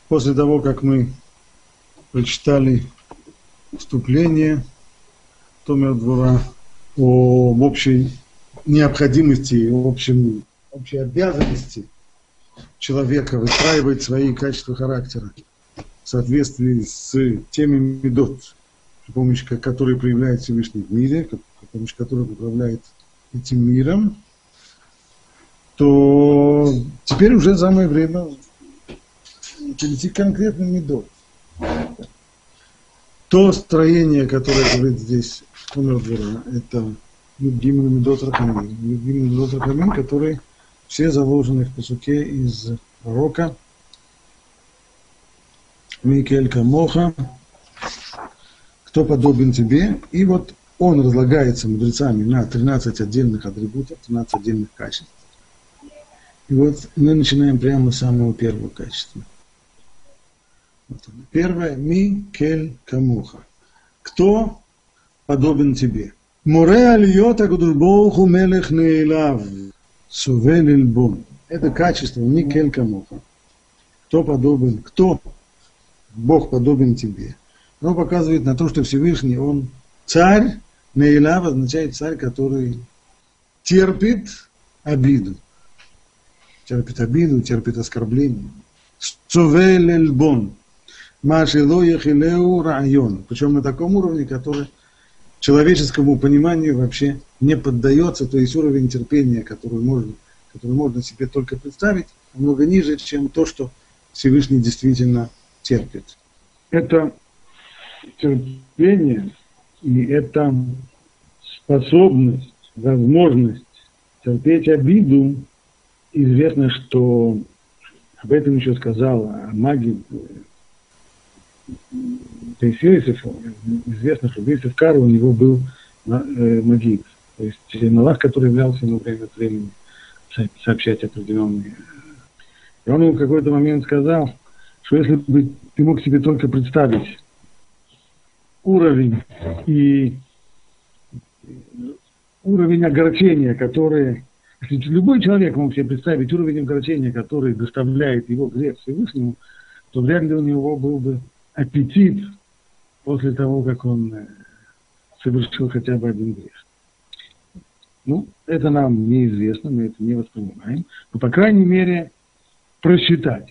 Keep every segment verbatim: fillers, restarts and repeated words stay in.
После того, как мы прочитали вступление Томер Двора об общей необходимости, об общем, общей обязанности человека выстраивать свои качества характера в соответствии с теми медот, при помощи которой проявляет Всевышний в мире, при помощи которой управляет этим миром, то теперь уже самое время перейти к конкретным медот. То строение, которое говорит здесь Томер Двора, это Гимн Медот Рахамим, Гимн Медот Рахамим, которые все заложены в пасуке из пророка Микель Камоха, кто подобен тебе. И вот он разлагается мудрецами на тринадцать отдельных атрибутов, тринадцать отдельных качеств. И вот мы начинаем прямо с самого первого качества. Вот первое, Микель Камоха. Кто подобен тебе? Море алиот акадош барух ху мелех неилав, сувель эльбон. Это качество Микель Камоха. Кто подобен, кто Бог подобен тебе? Оно показывает на то, что Всевышний, он царь, неилав означает царь, который терпит обиду. Терпит обиду, терпит оскорбление. Сувель эльбон. Машило ехилеу район. Причем на таком уровне, который человеческому пониманию вообще не поддается, то есть уровень терпения, который можно, который можно себе только представить, намного ниже, чем то, что Всевышний действительно терпит. Это терпение и это способность, возможность терпеть обиду. Известно, что об этом еще сказала маги Тейсиосиф. Известно, что Бейсов Кара у него был магит, то есть Малах, который являлся ему время от времени сообщать определенные. И он ему в какой-то момент сказал, что если бы ты мог себе только представить уровень и уровень огорчения, который, если любой человек мог себе представить уровень огорчения, который доставляет его грех Всевышнему, то вряд ли у него был бы аппетит после того, как он совершил хотя бы один грех. Ну, это нам неизвестно, мы это не воспринимаем, но, по крайней мере, просчитать.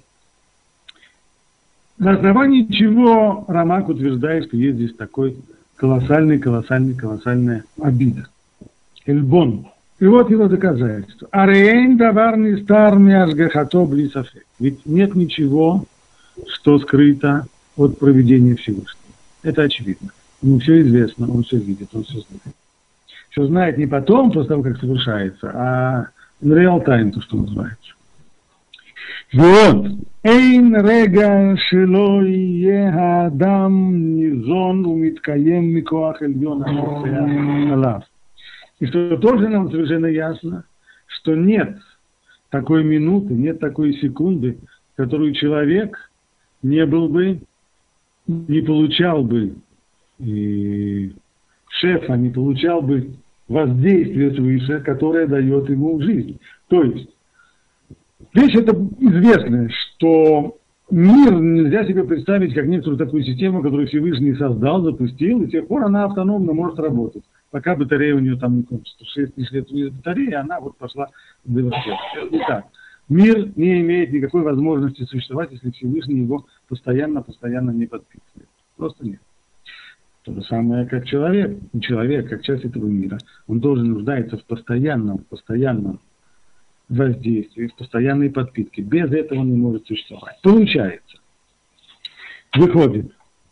На основании чего Рамак утверждает, что есть здесь такой колоссальный, колоссальный, колоссальная обида. Эльбон. И вот его доказательство. Ареин даварный стар мяшгахато блисафе. Ведь нет ничего, что скрыто от проведения Всевышнего. Это очевидно. Ему все известно, он все видит, он все знает. Все знает не потом, после того, как совершается, а in real time, то, что называется. Вот. Эйн рега шело ие хаадам низон умиткаем микоах эльон алав. И что тоже нам совершенно ясно, что нет такой минуты, нет такой секунды, в которую человек не был бы, не получал бы и шефа, не получал бы воздействие свыше, которое дает ему жизнь. То есть, вещь это известная, что мир нельзя себе представить как некоторую такую систему, которую Всевышний создал, запустил, и с тех пор она автономно может работать. Пока батарея у нее там не кончится. шесть тысяч лет у нее батарея, она вот пошла в девушке. Итак, мир не имеет никакой возможности существовать, если Всевышний его постоянно-постоянно не подпитывает. Просто нет. То же самое, как человек. Человек, как часть этого мира, он должен нуждаться в постоянном, постоянном воздействии, в постоянной подпитке. Без этого он не может существовать. Получается. Выходит.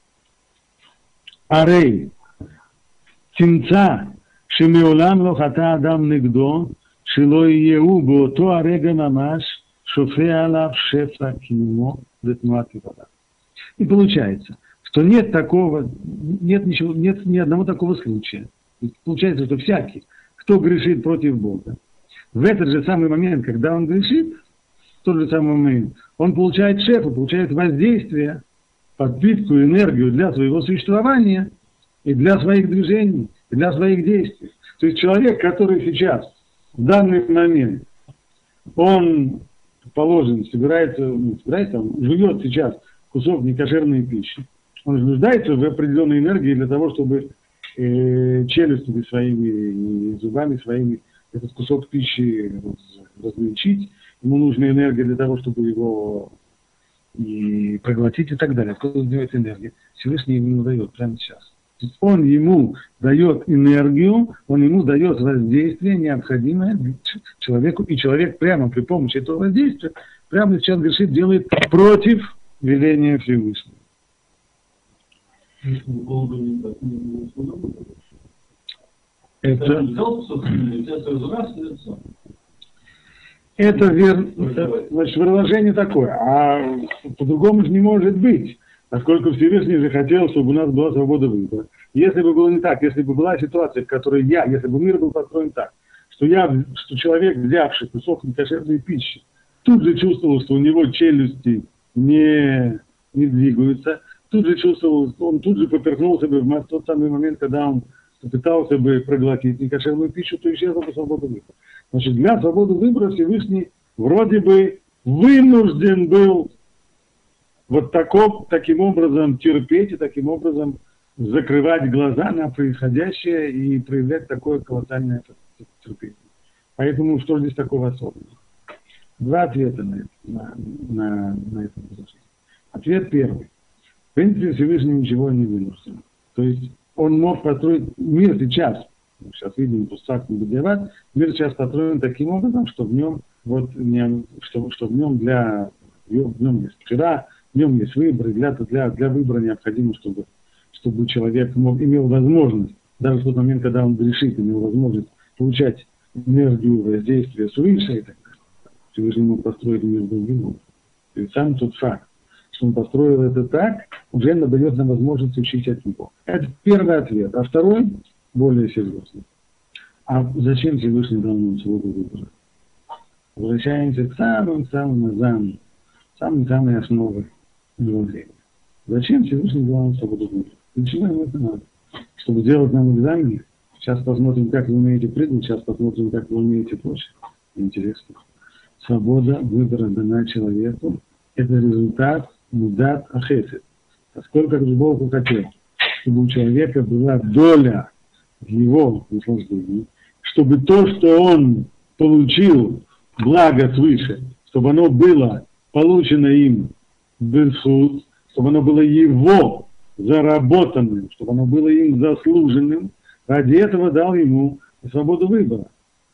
Арей. Тимца. Шемеулам лохата адам нигдо. Шило иеу боото арега мамаш. Шофе алав шефа кинумо. Детнуати вода. И получается, что нет такого, нет ничего, нет ни одного такого случая. Получается, что всякий, кто грешит против Бога, в этот же самый момент, когда он грешит, в тот же самый момент, он получает шефа, получает воздействие, подпитку, энергию для своего существования и для своих движений, и для своих действий. То есть человек, который сейчас, в данный момент, он, положен, собирается, ну, собирается, он живет сейчас кусок некошерной пищи, он же нуждается в определенной энергии для того, чтобы э, челюстями своими и зубами своими этот кусок пищи размельчить. Ему нужна энергия для того, чтобы его и проглотить и так далее. Откуда он дает энергию? Всевышний ему дает прямо сейчас. Он ему дает энергию, он ему дает воздействие, необходимое человеку, и человек прямо при помощи этого воздействия, прямо сейчас грешит, делает против веления Всевышнего. Это, это верно, значит, выражение такое, а по-другому же не может быть. Поскольку Всевышний же хотел, чтобы у нас была свобода выбора. Если бы было не так, если бы была ситуация, в которой я, если бы мир был построен так, что, я, что человек, взявший кусок некошерной пищи, тут же чувствовал, что у него челюсти не, не двигаются, тут же чувствовал, он тут же поперхнулся бы в тот самый момент, когда он пытался бы проглотить некошерную пищу, то исчезла бы свобода выбора. Значит, для свободы выбора Всевышний вроде бы вынужден был вот таком, таким образом терпеть и таким образом закрывать глаза на происходящее и проявлять такое колоссальное терпение. Поэтому что здесь такого особенного? Два ответа на это, на, на, на это возражение. Ответ первый. В принципе, Всевышний ничего не вынужден. То есть он мог построить мир сейчас, сейчас видим, Пустак Бадиават, мир сейчас построен таким образом, что в нем, вот, не, что, что в нем для в нем есть вчера, в нем есть выбор, и для, для, для выбора необходимо, чтобы, чтобы человек мог, имел возможность, даже в тот момент, когда он грешит, имел возможность получать энергию воздействия свыше и так далее. Всевышний мог построить мир другим образом. И сам тот факт, что он построил это так, уже дает нам возможность учить от него. Это первый ответ. А второй, более серьезный. А зачем Всевышний дал нам свободу выбора? Возвращаемся к самым-самым азам, самой-самой основы мировоззрения. Зачем Всевышний дал нам свободу выбора? Для чего ему это надо? Чтобы делать нам экзамены. Сейчас посмотрим, как вы умеете прыгать, сейчас посмотрим, как вы умеете прочее. Интересно. Свобода выбора дана человеку. Это результат мудат ахесед. Поскольку Бог хотел, чтобы у человека была доля в его наслаждении, чтобы то, что он получил, благо свыше, чтобы оно было получено им без суд, чтобы оно было его заработанным, чтобы оно было им заслуженным, ради этого дал ему свободу выбора.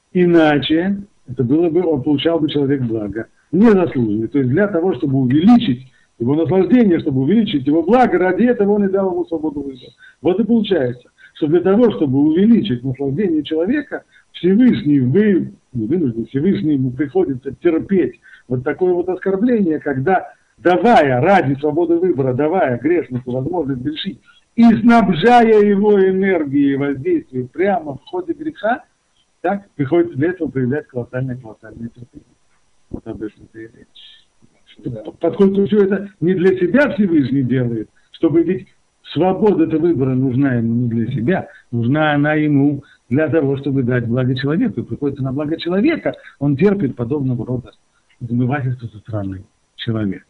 Иначе это было бы, он получал бы человек благо незаслуженный. То есть для того, чтобы увеличить его наслаждение, чтобы увеличить его благо, ради этого он и дал ему свободу выбора. Вот и получается, что для того, чтобы увеличить наслаждение человека, Всевышний, вы, не вынужден, Всевышний ему приходится терпеть вот такое вот оскорбление, когда, давая ради свободы выбора, давая грешнику возможность грешить и снабжая его энергией воздействия прямо в ходе греха, так приходится для этого проявлять колоссальное-колоссальное терпение. Вот об этом и речь. Поскольку все это не для себя Всевышний делает, чтобы ведь свобода этого выбора нужна ему не для себя, нужна она ему для того, чтобы дать благо человеку. И приходится на благо человека, он терпит подобного рода забывательство со стороны человека.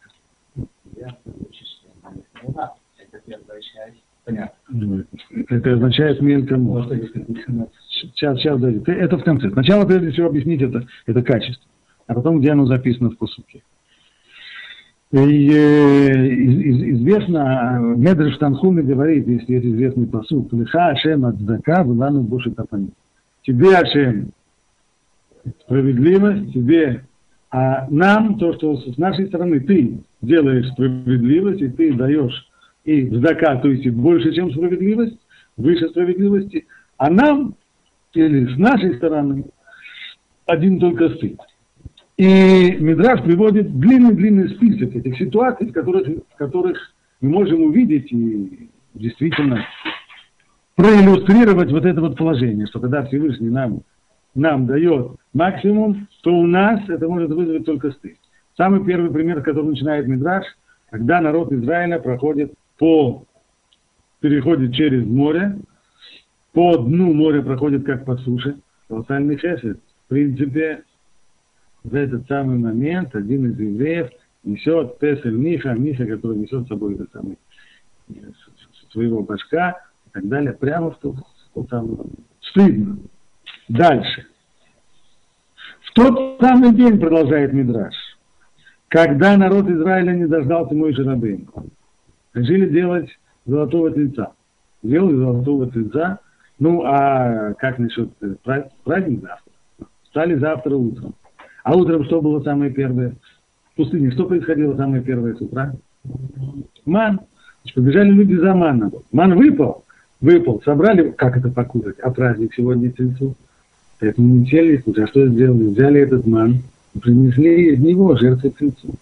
Понятно. Это означает мелкому. Сейчас, сейчас, дайте. Это в конце. Сначала, прежде всего, объяснить это, это качество, а потом, где оно записано в посуке. И, э, из, известно, Медреш Танхуме говорит, если это известный посук, «Лиха Ашем ацдака, вылану буши тапани». Тебе, Ашем, справедливость, тебе, а нам то, что с нашей стороны ты делаешь справедливость, и ты даешь и цдака, то есть больше, чем справедливость, выше справедливости, а нам, или с нашей стороны, один только стыд. И Мидраш приводит длинный-длинный список этих ситуаций, в которых, в которых мы можем увидеть и действительно проиллюстрировать вот это вот положение, что когда Всевышний нам, нам дает максимум, то у нас это может вызвать только стыд. Самый первый пример, который начинает Мидраш, когда народ Израиля проходит по, переходит через море, по дну моря проходит как по суше, колоссальный хесед. В принципе, в этот самый момент один из евреев несет Тесель Миха, Миха, который несет с собой этот самый, своего башка и так далее, прямо в тот, в тот самый момент. Стыдно. Дальше. В тот самый день, продолжает Мидраш, когда народ Израиля не дождался Моше Рабейну, решили делать золотого тельца. Сделали золотого тельца. Ну, а как насчет праздник завтра? Встали завтра утром. А утром что было самое первое? В пустыне что происходило самое первое с утра? Ман. Значит, побежали люди за маном. Ман выпал. Выпал. Собрали, как это покушать? А праздник сегодня тельцу. Поэтому не телись. А что сделали? Взяли этот ман и принесли из него жертву тельцу.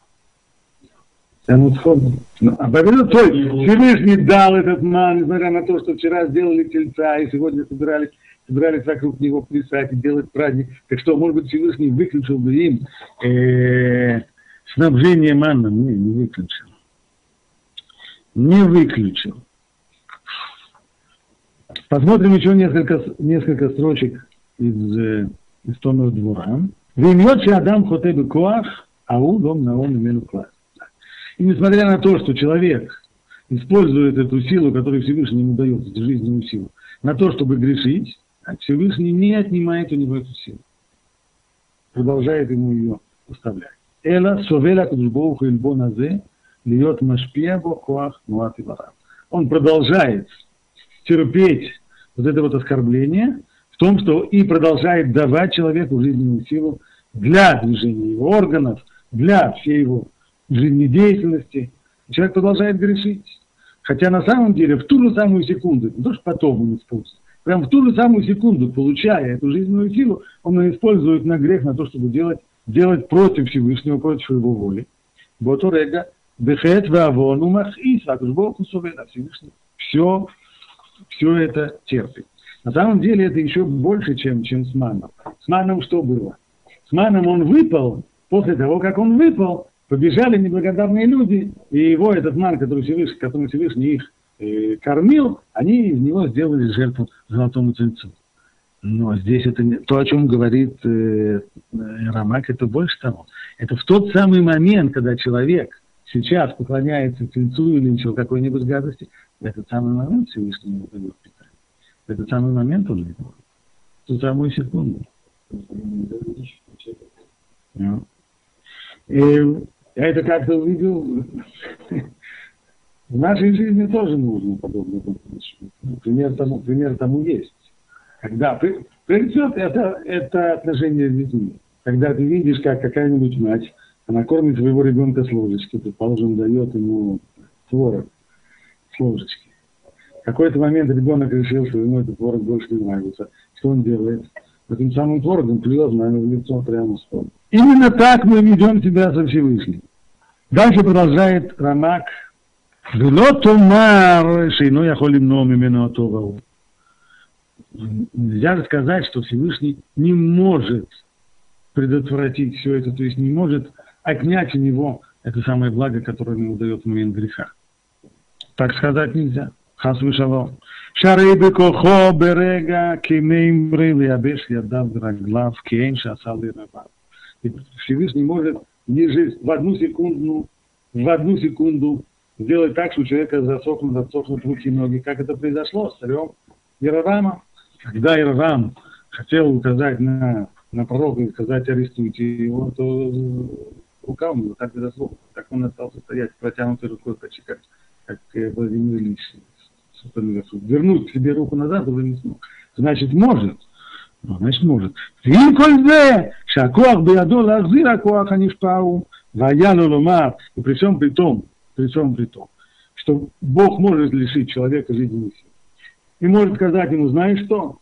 Ну, а поэтому, то есть Всевышний дал этот ман, несмотря на то, что вчера сделали тельца, и сегодня собирались, собирались вокруг него плясать и делать праздник. Так что, может быть, Всевышний выключил бы им э, снабжение манном? Не, не выключил. Не выключил. Посмотрим еще несколько, несколько строчек из, э, из Томер Двора. «Вимьет Адам хотебы коах, ау дом наон имену класс». И несмотря на то, что человек использует эту силу, которую Всевышний ему дает, эту жизненную силу, на то, чтобы грешить, Всевышний не отнимает у него эту силу. Продолжает ему ее уставлять. Эла совеля кудшбоуху ильбоназе льет машпиабо коах муат и варав. Он продолжает терпеть вот это вот оскорбление в том, что и продолжает давать человеку жизненную силу для движения его органов, для всей его жизнедеятельности. Человек продолжает грешить. Хотя на самом деле в ту же самую секунду, не то что потом он использует, прям в ту же самую секунду, получая эту жизненную силу, он ее использует на грех, на то, чтобы делать, делать против Всевышнего, против его воли. Боторега, бехет вавону махис, вакушбоку совета. Всевышний все, все это терпит. На самом деле это еще больше, чем, чем с маном. С маном что было? С маном он выпал, после того, как он выпал, побежали неблагодарные люди, и его, этот ман, который Всевышний, который Всевышний их э, кормил, они из него сделали жертву золотому тельцу. Но здесь это не, то, о чем говорит э, Рамак, это больше того. Это в тот самый момент, когда человек сейчас поклоняется тельцу или еще какой-нибудь гадости, в этот самый момент Всевышний ему дает питание. В этот самый момент он это. В ту самую секунду. Yeah. И я это как-то увидел. В нашей жизни тоже нужно подобное. Пример тому, пример тому есть. Когда прежде всего это, это отношение с детьми. Когда ты видишь, как какая-нибудь мать, она кормит своего ребенка с ложечки, предположим, дает ему творог с ложечки. В какой-то момент ребенок решил, что ему этот творог больше не нравится. Что он делает? Этим самым творогом плюет нам в лицо прямо в стол. Именно так мы ведем себя со Всевышним. Дальше продолжает Рамак. Нельзя сказать, что Всевышний не может предотвратить все это, то есть не может отнять у него это самое благо, которое ему дает в момент греха. Так сказать нельзя. Хас вышалом. Шарей бекохо берега кемеймрей лиабеш ядав драглав кейн шасал и рабав. Всевышний может в одну секунду, в одну секунду сделать так, что у человека засохнут, отсохнут руки и ноги. Как это произошло с царем Яровамом? Когда Яровам хотел указать на, на пророка и сказать, арестуйте его, то рука у него так и засохла. Так он остался стоять, протянутой рукой, почти как, как Владимир Ильич. Вернуть к себе руку назад уже не смог. Значит, может. Ну, значит, может. И при всем при том, при всем при том, что Бог может лишить человека жизненной силы. И может сказать ему, знаешь что?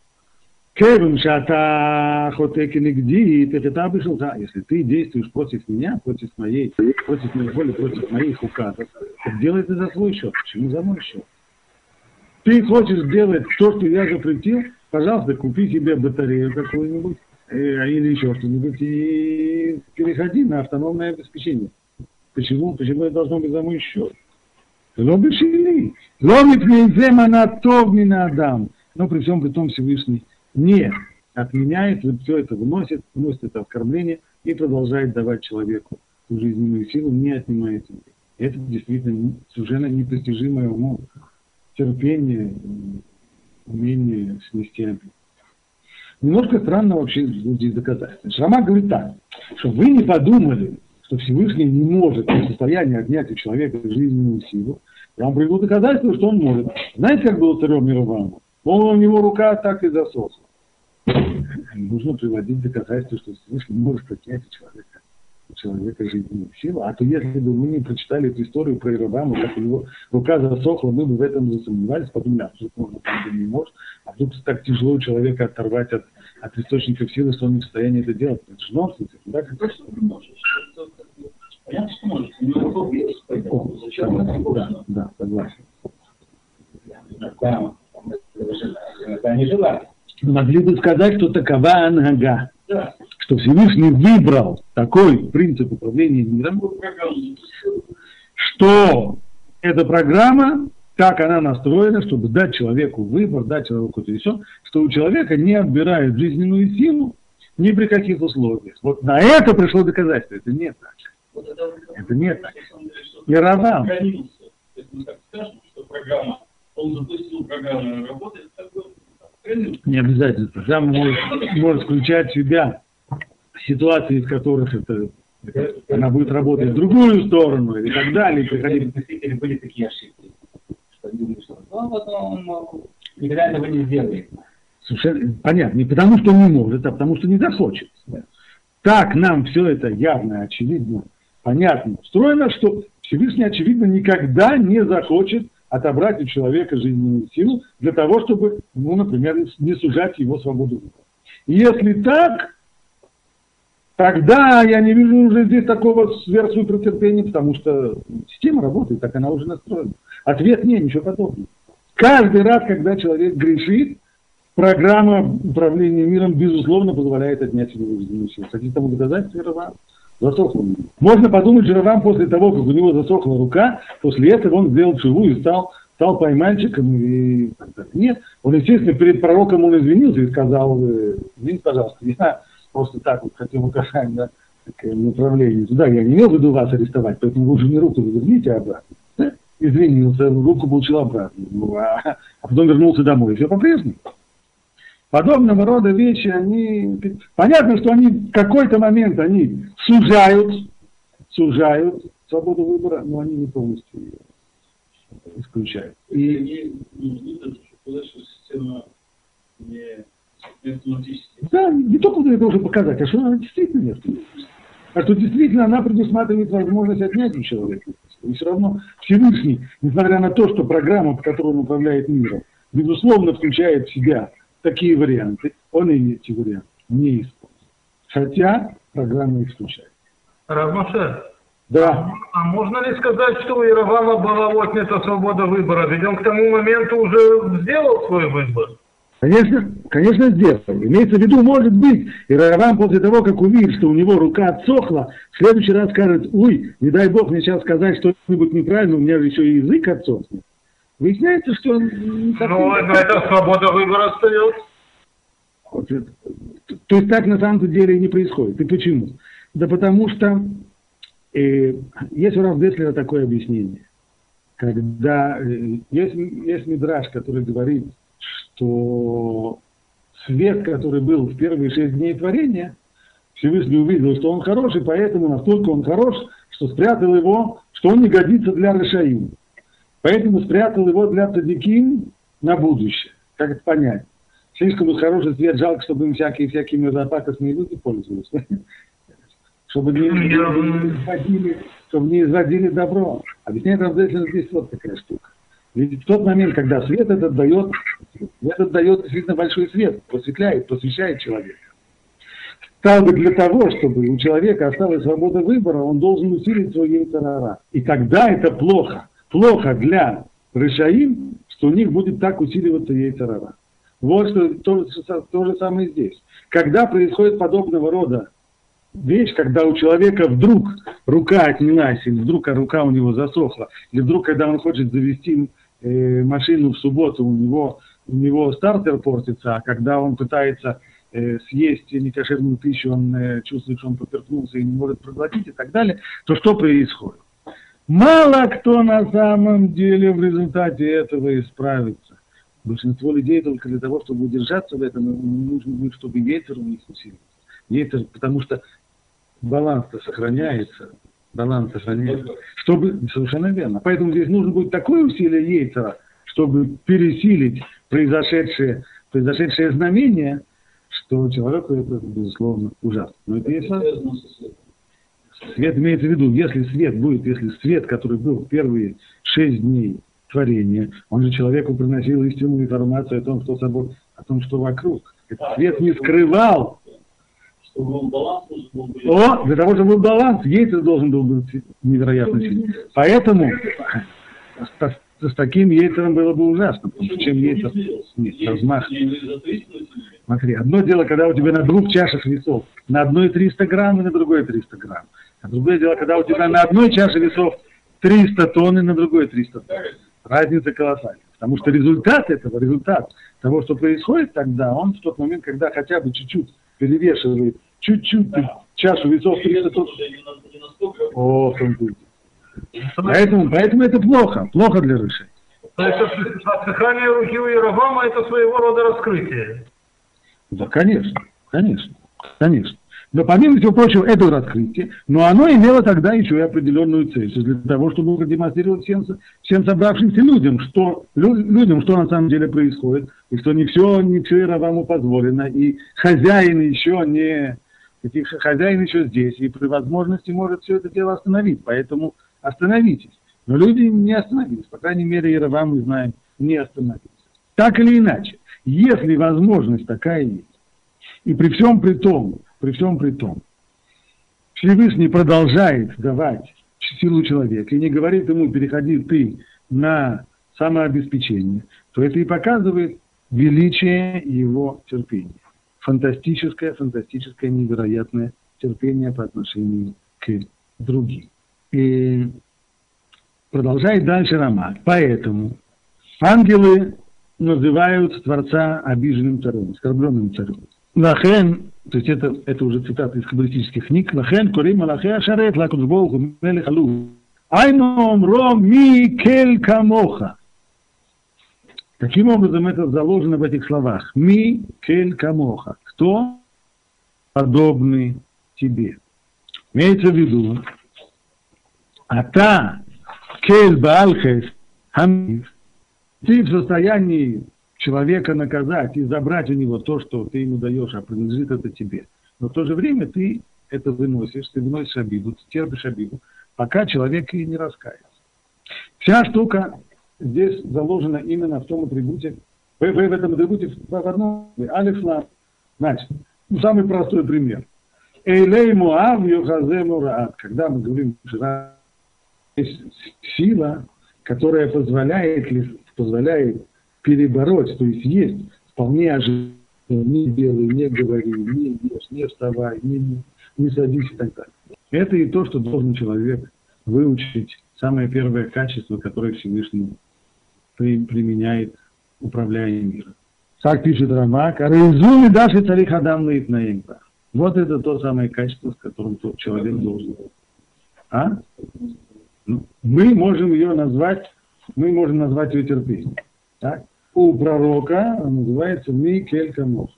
Если ты действуешь против меня, против моей, против моей воли, против моих указов, так делай это за свой счет. Почему за мой счет? Ты хочешь делать то, что я запретил, пожалуйста, купи себе батарею какую-нибудь э, или еще что-нибудь и переходи на автономное обеспечение. Почему? Почему это должно быть за мой счет? Лобби шили. Ломит мейзе манатов мина адам. Но при всем при том Всевышний не отменяет, все это выносит, выносит это оскорбление и продолжает давать человеку человеческую жизненную силу не отнимает. Это действительно совершенно непостижимое уму терпение, умение снести обиду. Немножко странно вообще здесь доказательства. Рама говорит так, что вы не подумали, что Всевышний не может в состоянии отнять у человека жизненную силу. Я вам приведу доказательство, что он может. Знаете, как было царем Мировамом? У него рука так и засохла. Нужно приводить доказательства, что Всевышний не может отнять у человека, у человека жизненную силу. А то если бы мы не прочитали эту историю про Иеровама, как у него рука засохла, мы бы в этом засомневались, подумали, а вдруг можно, там не может, а вдруг так тяжело у человека оторвать от, от источников силы, что он не в состоянии это делать. Это же нонсенс. Да? Точно не можешь. Понятно, что можешь. У него рука есть, поэтому зачем это? Да, да, согласен. Это не желание. Могли бы сказать, что такова ангага. Да. Что Всевышний выбрал такой принцип управления миром, что эта программа, так она настроена, чтобы дать человеку выбор, дать человеку то и все, что у человека не отбирают жизненную силу ни при каких условиях. Вот на это пришло доказательство. Это не так. Вот это, это не так. Яровам. Если мы так скажем, что программа, он запустил программу, работает, так бы не обязательно. Программа может, может включать в себя ситуации, в которых это, это, она будет работать в другую сторону и так далее. Или были такие ошибки, что думали, что ну, вот он никогда этого не сделает. Совершенно понятно. Не потому, что он не может, а потому, что не захочет. Так нам все это явно, очевидно, понятно устроено, что Всевышний, очевидно, никогда не захочет отобрать у человека жизненную силу для того, чтобы, ну, например, не сужать его свободу выбора. Если так, тогда я не вижу уже здесь такого сверхсупертерпения, потому что система работает, так она уже настроена. Ответ нет, ничего подобного. Каждый раз, когда человек грешит, программа управления миром, безусловно, позволяет отнять его жизненную силу. Хотите тому доказательства, Яровам? Засохла. Можно подумать, что Яровам после того, как у него засохла рука, после этого он сделал шиву и стал, стал поймальчиком. И... Нет, он, естественно, перед пророком он извинился и сказал, извините, пожалуйста, я просто так вот хотел указать на направление туда, я не имел в виду вас арестовать, поэтому вы уже не руку верните обратно. Да? Извинился, руку получил обратно, а потом вернулся домой, и все по-прежнему. Подобного рода вещи, они, понятно, что они в какой-то момент они сужают, сужают свободу выбора, но они не полностью ее исключают. И система не автоматически. Да, не только это уже показать, а что она действительно не автоматически. А что действительно она предусматривает возможность отнять у человека. И все равно Всевышний, несмотря на то, что программа, по которой он управляет миром, безусловно включает в себя такие варианты, он и эти варианты не использует. Хотя программа исключает. Рав Моше, да. А можно ли сказать, что у Яровама была отнята свобода выбора? Ведь он к тому моменту уже сделал свой выбор. Конечно, конечно, сделал. Имеется в виду, может быть, Яровам после того, как увидит, что у него рука отсохла, в следующий раз скажет, ой, не дай Бог мне сейчас сказать что-нибудь неправильно, у меня же еще и язык отсохнет. Выясняется, что он не совсем... Ну, это свобода выбора остается. Вот то есть так на самом деле и не происходит. И почему? Да потому что э, есть у Рав Деслера такое объяснение. Когда э, есть, есть мидраш, который говорит, что свет, который был в первые шесть дней творения, Всевышний увидел, что он хороший, поэтому настолько он хорош, что спрятал его, что он не годится для решаим. Поэтому спрятал его для цадиким на будущее. Как это понять? Слишком уж хороший свет, жалко, чтобы им всякие-всякие мерзопакостные люди пользовались. Чтобы не, не, изводили, чтобы не изводили добро. Объясняет обязательно здесь вот такая штука. Ведь в тот момент, когда свет этот дает, этот дает действительно большой свет, просветляет, просвещает человека. Стало бы для того, чтобы у человека осталась свобода выбора, он должен усилить свой йецер ара. И тогда это плохо. Плохо для решаим, что у них будет так усиливаться йецер ара. Вот что то, то же самое здесь. Когда происходит подобного рода вещь, когда у человека вдруг рука отнялась, или вдруг рука у него засохла, или вдруг, когда он хочет завести э, машину в субботу, у него, у него стартер портится, а когда он пытается э, съесть некошерную пищу, он э, чувствует, что он поперхнулся и не может проглотить и так далее, то что происходит? Мало кто на самом деле в результате этого исправится. Большинство людей только для того, чтобы удержаться в этом, нужно будет, чтобы ейцер у них усилился. Ейцер, потому что баланс-то сохраняется. Баланс сохраняется. Чтобы, совершенно верно. Поэтому здесь нужно будет такое усилие ейцера, чтобы пересилить произошедшее, произошедшее знамение, что человеку это, безусловно, ужасно. Но это есть... Свет имеется в виду, если свет будет, если свет, который был в первые шесть дней творения, он же человеку приносил истинную информацию о том, что собой, о том, что вокруг. Этот свет не скрывал. Чтобы был баланс, был бы... О, для того, чтобы был баланс, яйцер должен был быть невероятно сильным. Поэтому с, с таким яйцером было бы ужасно, потому что чем яйцер... Нет, размах. Смотри, одно дело, когда у тебя на двух чашах весов, на одной триста грамм и на другой триста грамм. А другое дело, когда у тебя на одной чаше весов триста тонн и на другой триста тонн. Разница колоссальная. Потому что результат этого, результат того, что происходит тогда, он в тот момент, когда хотя бы чуть-чуть перевешивает, чуть-чуть чашу весов триста тонн. О, в том будет. Поэтому, поэтому это плохо, плохо для рышей. То есть отсыхание руки у Яровама это своего рода раскрытие. Да, конечно, конечно, конечно. Но помимо всего прочего, это раскрытие, но оно имело тогда еще и определенную цель, для того, чтобы продемонстрировать всем, всем собравшимся людям, что, лю, людям, что на самом деле происходит, и что не все, не все Яроваму позволено, и хозяин еще не, хозяин еще здесь, и при возможности может все это дело остановить, поэтому остановитесь. Но люди не остановились, по крайней мере, Яровам, мы знаем, не остановились. Так или иначе, если возможность такая есть, и при всем при том, при всем при том, Всевышний продолжает давать силу человека и не говорит ему, переходи ты на самообеспечение, то это и показывает величие его терпения. Фантастическое, фантастическое, невероятное терпение по отношению к другим. И продолжает дальше Рамак. Поэтому ангелы называют Творца обиженным царем, оскорбленным царем. Лахен, то есть это, это уже цитата из каббалистических книг, Лахен корим малахе ашарет лакудж боруху мелех алу. Айну омро ми кель камоха. Таким образом, это заложено в этих словах. Ми кель камоха. Кто подобный тебе? Имеется в виду, ата кель баалхес хамив. Ты в состоянии человека наказать и забрать у него то, что ты ему даешь, а принадлежит это тебе. Но в то же время ты это выносишь, ты выносишь обиду, ты терпишь обиду, пока человек и не раскается. Вся штука здесь заложена именно в том атрибуте, в, в, в этом атрибуте в одном, алиф лам. Значит, ну, самый простой пример. Эйлей муав йохазе мураат. Когда мы говорим, что есть сила, которая позволяет, позволяет перебороть, то есть есть вполне ожидаемо, не делай, не говори, не ешь, не вставай, не, не, не садись и так далее. Это и то, что должен человек выучить, самое первое качество, которое Всевышний при, применяет, управляя миром. Как пишет Рамак, «Аризуми даши царих адам лаитнаимта». Вот это то самое качество, с которым тот человек должен быть. А? Мы можем ее назвать, мы можем назвать ее терпением. Так? У пророка называется «Микель камох».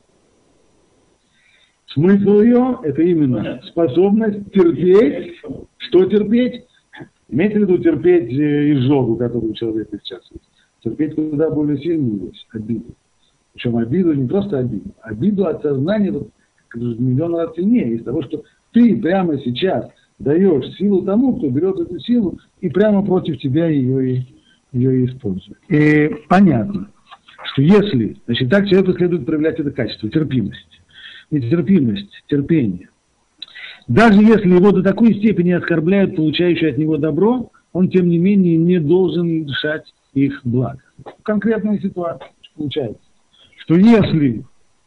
Смысл ее – это именно способность терпеть. Что терпеть? Имеется в виду терпеть изжогу, которую у человека сейчас есть. Терпеть куда более сильную вещь – обиду. Причем обиду не просто обиду. Обиду от сознания вот, миллион раз сильнее. Из того, что ты прямо сейчас даешь силу тому, кто берет эту силу и прямо против тебя ее, ее использует. И понятно, что если, значит, так человеку следует проявлять это качество, терпимость. Нетерпимость, терпение. Даже если его до такой степени оскорбляют, получающие от него добро, он, тем не менее, не должен лишать их благ. Конкретная ситуация получается, что если,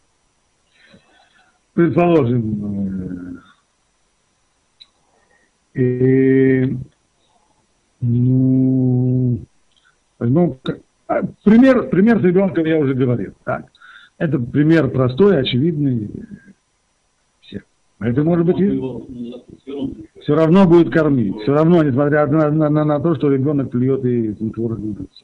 предположим, э, э, ну, возьмем, пример, пример с ребенком я уже говорил. Так. Это пример простой, очевидный. Все. Это может быть все равно будет кормить. Все равно, несмотря на, на, на, на то, что ребенок плюет и творог не дается.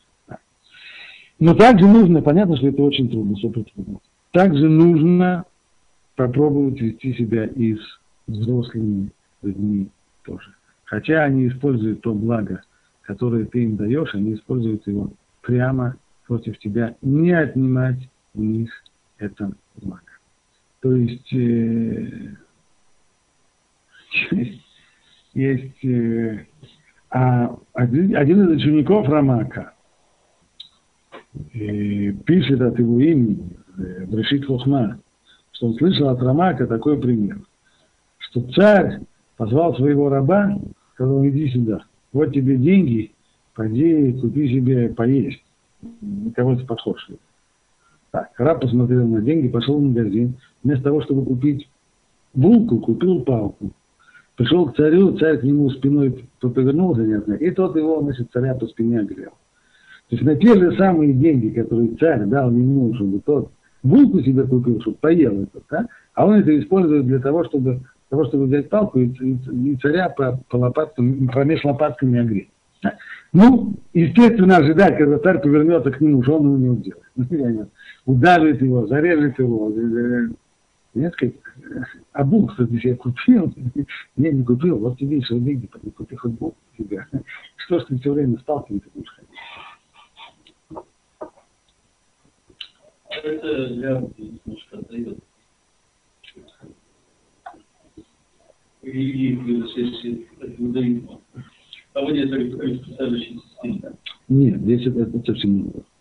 Но также нужно, понятно, что это очень трудно, супер трудно. Также нужно попробовать вести себя и с взрослыми людьми тоже. Хотя они используют то благо, которое ты им даешь, они используют его прямо против тебя, не отнимать у них это благо. То есть э, есть э, а один, один из учеников Рамака э, пишет от его имени э, Брешит Хохма, что он слышал от Рамака такой пример, что царь позвал своего раба, сказал: иди сюда, вот тебе деньги, пойди купи себе поесть. Никого ты похож. Так, раб посмотрел на деньги, пошел в магазин, вместо того, чтобы купить булку, купил палку. Пришел к царю, царь к нему спиной повернулся, понятно, и тот его, значит, царя по спине огрел. То есть на те же самые деньги, которые царь дал ему, чтобы тот булку себе купил, чтобы поел это, да? А он это использует для того, чтобы, для того, чтобы взять палку и, и, и царя по, по лопаткам, промеж лопатками огреть. Да? Ну, естественно, ожидать, когда царь повернется к нему, что он у него делает. Ударит его, зарежет его. Нет, как, а булку, что ты себе купил? Не, не купил, вот тебе еще деньги, купи хоть булку себе. Что ж ты все время сталкиваешься будешь ходить? Это я немножко отдает. И иудаизма. А вот это специальная система. Нет, здесь это, это совсем не другое.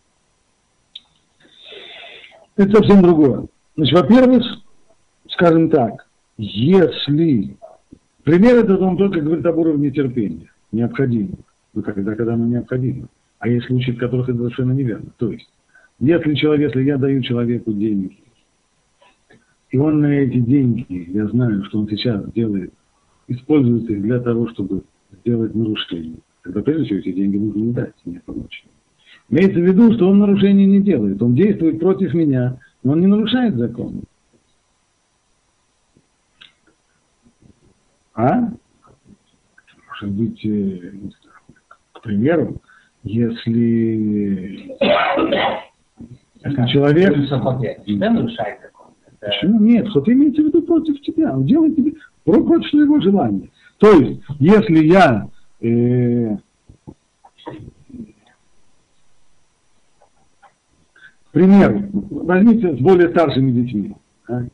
Это совсем другое. Значит, во-первых, скажем так, если... Пример этот он только говорит об уровне терпения, необходимо. Ну, когда, когда оно необходимо. А есть случаи, в которых это совершенно неверно. То есть, если человек, если я даю человеку деньги, и он на эти деньги, я знаю, что он сейчас делает, использует их для того, чтобы сделать нарушение, тогда прежде всего эти деньги нужно не дать, мне помочь. Имеется в виду, что он нарушения не делает, он действует против меня, но он не нарушает закон. А? Может быть, к примеру, если, если человек... Тебя нарушает закон. Почему? Нет, хоть имеется в виду против тебя, он делает тебе против своего желания. То есть, если я э, пример, возьмите с более старшими детьми. А?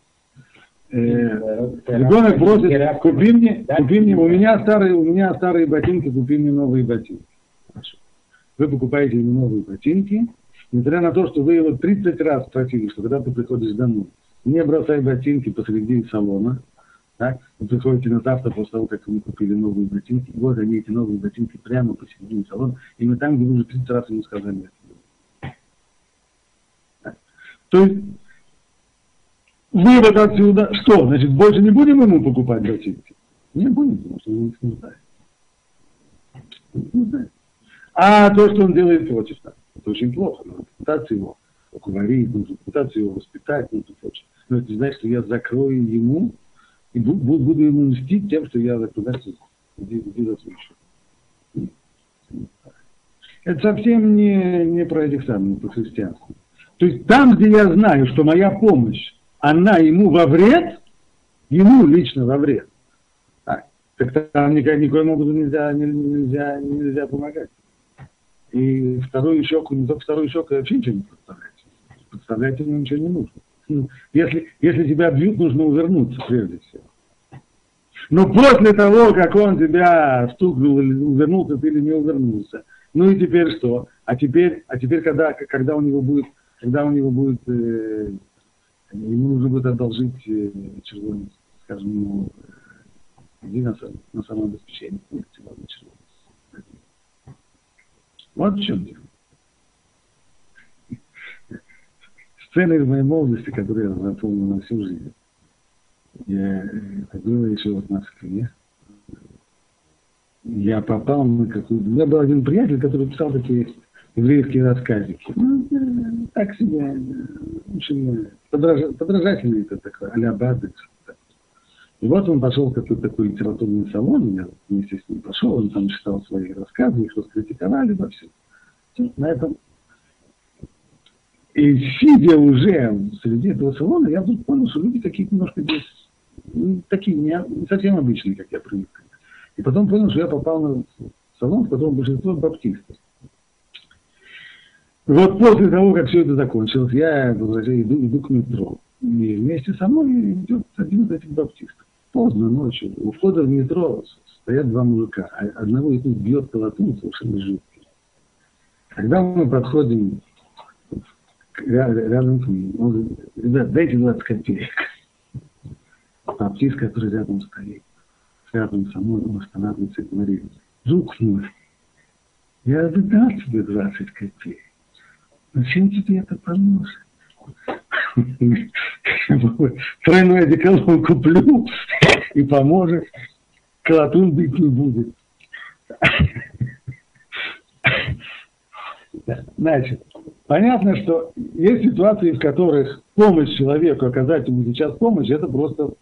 Э, ребенок просит, купи мне, купи мне, у меня старые, у меня старые ботинки, купи мне новые ботинки. Хорошо. Вы покупаете ему новые ботинки, несмотря на то, что вы его тридцать раз просили, что когда ты приходишь домой, не бросай ботинки посреди салона. Так? Вы приходите на завтра после того, как вы купили новые ботинки, и вот они, эти новые ботинки, прямо посередине салона, именно там, где вы уже тридцать раз ему сказали. Так? То есть, вывод отсюда, что? Значит, больше не будем ему покупать ботинки? Не будем, потому что он их не знает. Не знает. А то, что он делает против нас, это очень плохо. Нужно пытаться его уговорить, нужно пытаться его воспитать, нужно прочее. Но это значит, что я закрою ему и буду, буду ему мстить тем, что я закрываю, иди, иди за свой счет. Это совсем не, не про этих самых, про христианство. То есть там, где я знаю, что моя помощь, она ему во вред, ему лично во вред, так, так там никакому образом нельзя, нельзя, нельзя помогать. И вторую щеку, не только вторую щеку, вообще ничего не подставлять. Подставлять ему ничего не нужно. Если, если тебя бьют, нужно увернуться, прежде всего. Но после того, как он тебя стукнул, или увернулся ты или не увернулся, ну и теперь что? А теперь, а теперь когда, когда у него будет, когда у него будет, э, ему нужно будет одолжить э, червоный, скажем, ему, э, иди на, на самообеспечение. Нет, червоный, червоный. Вот в чем дело. Сцены из моей молодости, которые я запомнил на всю жизнь. Я, это было еще вот в Москве. Я попал на какую-то... У меня был один приятель, который писал такие еврейские рассказики. Ну, так себе, очень подража, подражательный это такой, а-ля Бадыч. И вот он пошел в какой-то такой литературный салон, я вместе с ним пошел, он там читал свои рассказы, их раскритиковали во все. На этом. И сидя уже среди этого салона, я вдруг понял, что люди какие-то немножко здесь, ну, такие не, не совсем обычные, как я привык. И потом понял, что я попал на салон, в котором большинство баптистов. Вот после того, как все это закончилось, я иду, иду к метро. И вместе со мной идет один из этих баптистов. Поздно ночью. У входа в метро стоят два мужика. Одного из них бьет колотун совершенно жуткий. Когда мы подходим рядом к ним, он говорит: ребят, дайте двадцать копеек. Баптист, который рядом стоит, рядом со мной, он останавливается и говорит: друг мой, я бы дал тебе двадцать копеек. Зачем тебе это поможет? Тройной одеколон куплю и поможет. Колотун бить не будет. Значит, понятно, что есть ситуации, в которых помощь человеку, оказать ему сейчас помощь, это просто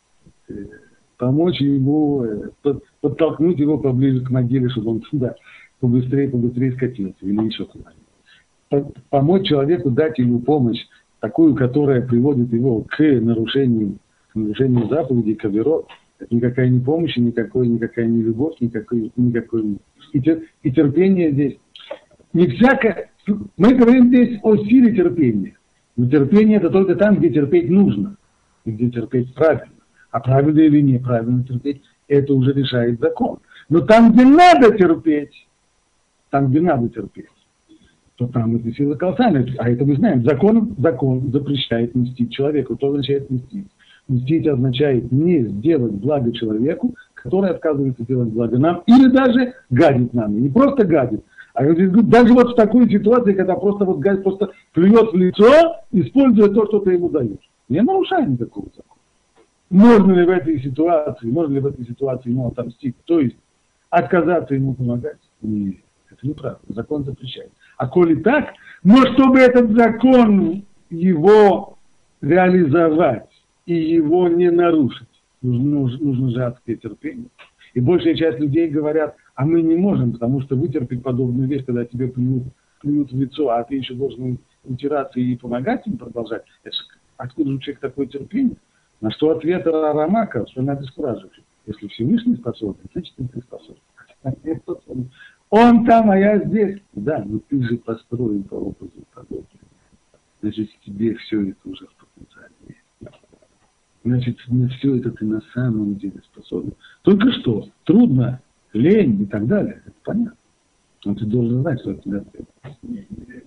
помочь ему, подтолкнуть его поближе к могиле, чтобы он туда побыстрее, побыстрее скатился или еще куда-нибудь. Помочь человеку, дать ему помощь, такую, которая приводит его к нарушению, к нарушению заповедей, к аверот. Это никакая не помощь, никакой, никакая не любовь, никакой, никакой и, тер, и терпение здесь. Не всякое. Мы говорим здесь о силе терпения. Но терпение это только там, где терпеть нужно, и где терпеть правильно. А правильно или неправильно терпеть, это уже решает закон. Но там, где надо терпеть, там, где надо терпеть, то там это сила колоссальная. А это мы знаем. Закон, закон запрещает мстить человеку. Что означает мстить? Мстить означает не сделать благо человеку, который отказывается делать благо нам, или даже гадит нам. И не просто гадит, а даже вот в такой ситуации, когда просто вот гадит, просто плюет в лицо, используя то, что ты ему даешь. Не нарушая никакого закона. Можно ли в этой ситуации, можно ли в этой ситуации ему отомстить? То есть отказаться ему помогать? Нет, это неправда. Закон запрещает. А коли так, но чтобы этот закон его реализовать и его не нарушить, нужно, нужно же адское терпение. И большая часть людей говорят: а мы не можем, потому что вытерпеть подобную вещь, когда тебе плюют, плюют в лицо, а ты еще должен утираться и помогать им продолжать. Это, откуда же у человека такое терпение? На что ответ Рамака, что надо скураживать. Если Всевышний способен, значит и ты способен. Он там, а я здесь. Да, но ты же построен по образу подобию. Значит, тебе все это уже в потенциале есть. Значит, на все это ты на самом деле способен. Только что трудно, лень и так далее. Это понятно. Но ты должен знать, что это для тебя.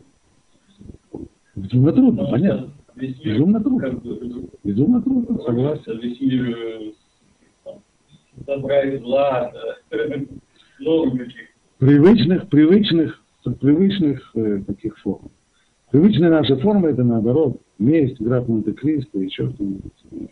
Безумно трудно, понятно. Безумно трудно. Безумно трудно, согласен. Весь мир собрать зла, много каких. Привычных, привычных, привычных э, таких форм. Привычная наша форма это наоборот месть, граф Монте-Кристо, еще что-нибудь.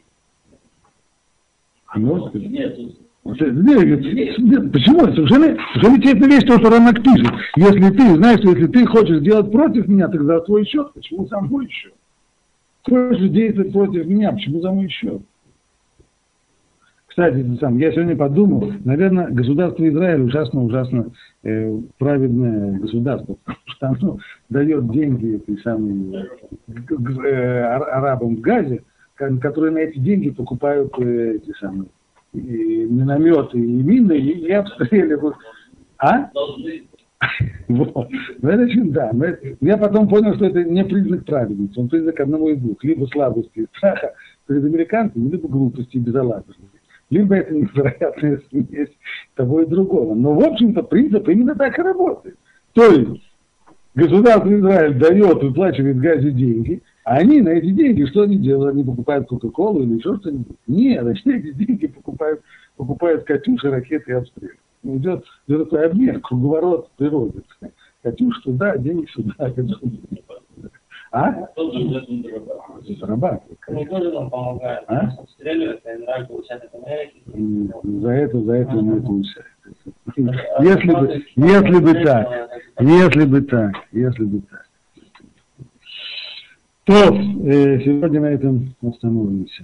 А может быть? Нет. Почему? Совершенно, совершенно честная вещь, то, что Рамак пишет. Если ты знаешь, что если ты хочешь сделать против меня, так за свой счет. Почему за мой счет? Хочешь действовать против меня, почему за мой счет? Кстати, сам, я сегодня подумал, наверное, государство Израиль ужасно-ужасно э, праведное государство, потому что оно дает деньги этой самой, э, арабам в Газе, которые на эти деньги покупают э, эти самые и минометы и мины и, и обстреливают. А? Вот. Ну, это, да. Но это, я потом понял, что это не признак праведности, он признак одного из двух. Либо слабости и страха перед американцами, либо глупости и безалаберности. Либо это невероятная смесь того и другого. Но, в общем-то, принцип именно так и работает. То есть, государство Израиль дает, выплачивает Газе деньги, а они на эти деньги, что они делают? Они покупают Кока-Колу или еще что-нибудь? Нет, значит, эти деньги покупают, покупают катюши, ракеты и обстрелы. Идет, идет такой обмен, круговорот природы. Катюш туда, денег сюда. А? Зарабатывает. Мы тоже нам помогаем. А? Обстреливать, а иногда получать от Америки. За это, за это мы получаем. Если бы, если бы так, если бы так, если бы так. То, э, сегодня на этом остановимся.